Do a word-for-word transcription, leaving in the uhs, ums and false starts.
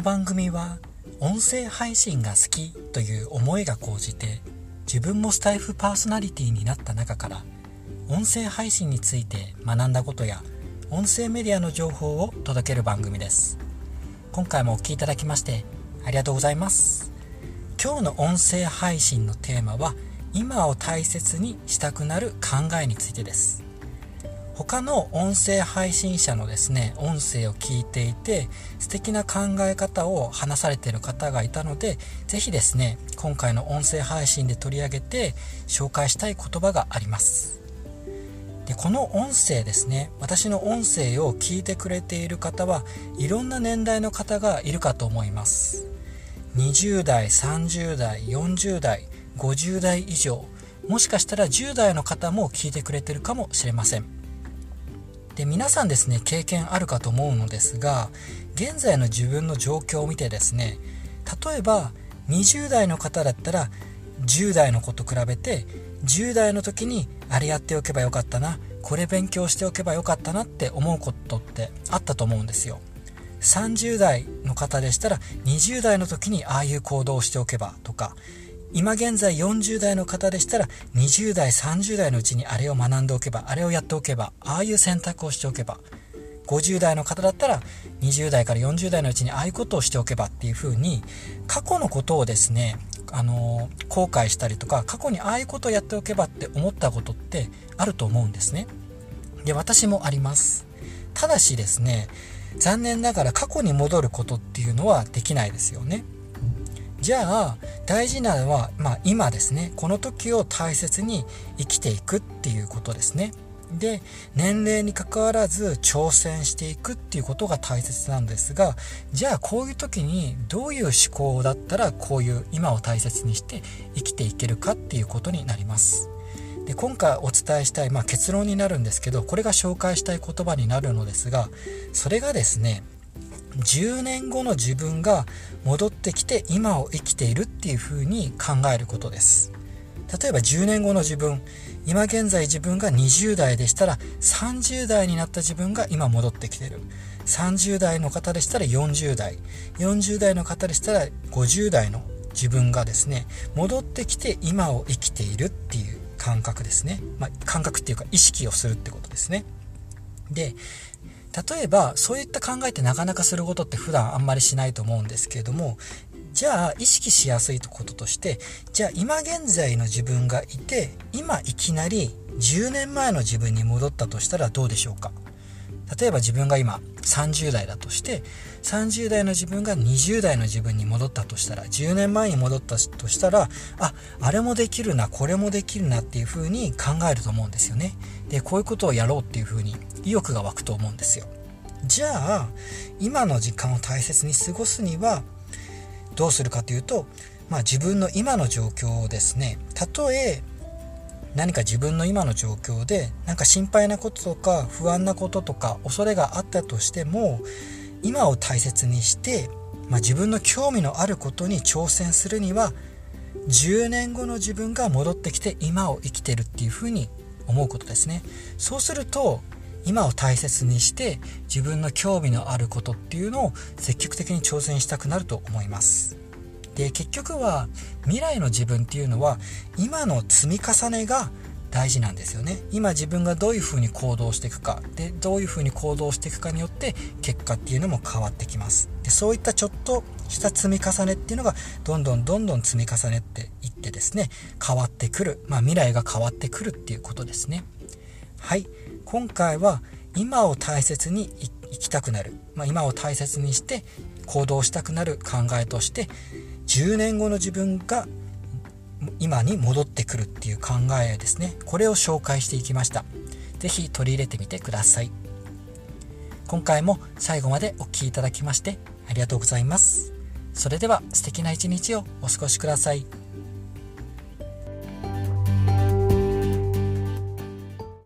の番組は音声配信が好きという思いが高じて、自分もスタイフパーソナリティになった中から音声配信について学んだことや音声メディアの情報を届ける番組です。今回もお聞きいただきましてありがとうございます。今日の音声配信のテーマは、今を大切にしたくなる考えについてです。他の音声配信者のですね音声を聞いていて、素敵な考え方を話されている方がいたので、ぜひですね今回の音声配信で取り上げて紹介したい言葉があります。でこの音声ですね、私の音声を聞いてくれている方はいろんな年代の方がいるかと思います。にじゅう代、さんじゅう代、よんじゅう代、ごじゅう代以上、もしかしたらじゅう代の方も聞いてくれているかもしれません。で皆さんですね経験あるかと思うのですが、現在の自分の状況を見てですね、例えばにじゅう代の方だったらじゅう代の子と比べて、じゅう代の時にあれやっておけばよかったな、これ勉強しておけばよかったなって思うことってあったと思うんですよ。さんじゅう代の方でしたらにじゅう代の時にああいう行動をしておけばとか、今現在よんじゅう代の方でしたらにじゅう代、さんじゅう代のうちにあれを学んでおけば、あれをやっておけば、ああいう選択をしておけば、ごじゅう代の方だったらにじゅう代からよんじゅう代のうちにああいうことをしておけばっていう風に、過去のことをですねあの後悔したりとか、過去にああいうことをやっておけばって思ったことってあると思うんですね。で私もあります。ただしですね、残念ながら過去に戻ることっていうのはできないですよね。じゃあ大事なのは、まあ、今ですね、この時を大切に生きていくっていうことですね。で年齢に関わらず挑戦していくっていうことが大切なんですが、じゃあこういう時にどういう思考だったらこういう今を大切にして生きていけるかっていうことになります。で今回お伝えしたい、まあ、結論になるんですけど、これが紹介したい言葉になるのですが、それがですね、じゅうねんごの自分が戻ってきて今を生きているっていう風に考えることです。例えばじゅうねんごの自分、今現在自分がにじゅう代でしたらさんじゅう代になった自分が今戻ってきている。さんじゅう代の方でしたらよんじゅう代、よんじゅう代の方でしたらごじゅう代の自分がですね戻ってきて今を生きているっていう感覚ですね。まあ、感覚っていうか意識をするってことですね。で例えばそういった考えってなかなかすることって普段あんまりしないと思うんですけれども、じゃあ意識しやすいこととして、じゃあ今現在の自分がいて、今いきなりじゅうねんまえの自分に戻ったとしたらどうでしょうか。例えば自分が今さんじゅう代だとして、さんじゅう代の自分がにじゅう代の自分に戻ったとしたら、じゅうねんまえに戻ったとしたら、あ、あれもできるな、これもできるなっていう風に考えると思うんですよね。でこういうことをやろうっていう風に意欲が湧くと思うんですよ。じゃあ今の時間を大切に過ごすにはどうするかというと、まあ、自分の今の状況をですね、たとえ何か自分の今の状況でなんか心配なこととか不安なこととか恐れがあったとしても、今を大切にして、まあ、自分の興味のあることに挑戦するには、じゅうねんごの自分が戻ってきて今を生きてるっていうふうに思うことですね。そうすると今を大切にして自分の興味のあることっていうのを積極的に挑戦したくなると思います。で結局は未来の自分っていうのは今の積み重ねが大事なんですよね。今自分がどういうふうに行動していくかで、どういうふうに行動していくかによって結果っていうのも変わってきます。でそういったちょっとした積み重ねっていうのがどんどんどんどん積み重ねていってですね、変わってくる、まあ、未来が変わってくるっていうことですね。はい、今回は今を大切に生きたくなる、まあ、今を大切にして行動したくなる考えとして、じゅうねんごの自分が今に戻ってくるっていう考えですね、これを紹介していきました。ぜひ取り入れてみてください。今回も最後までお聞きいただきましてありがとうございます。それでは素敵な一日をお過ごしください。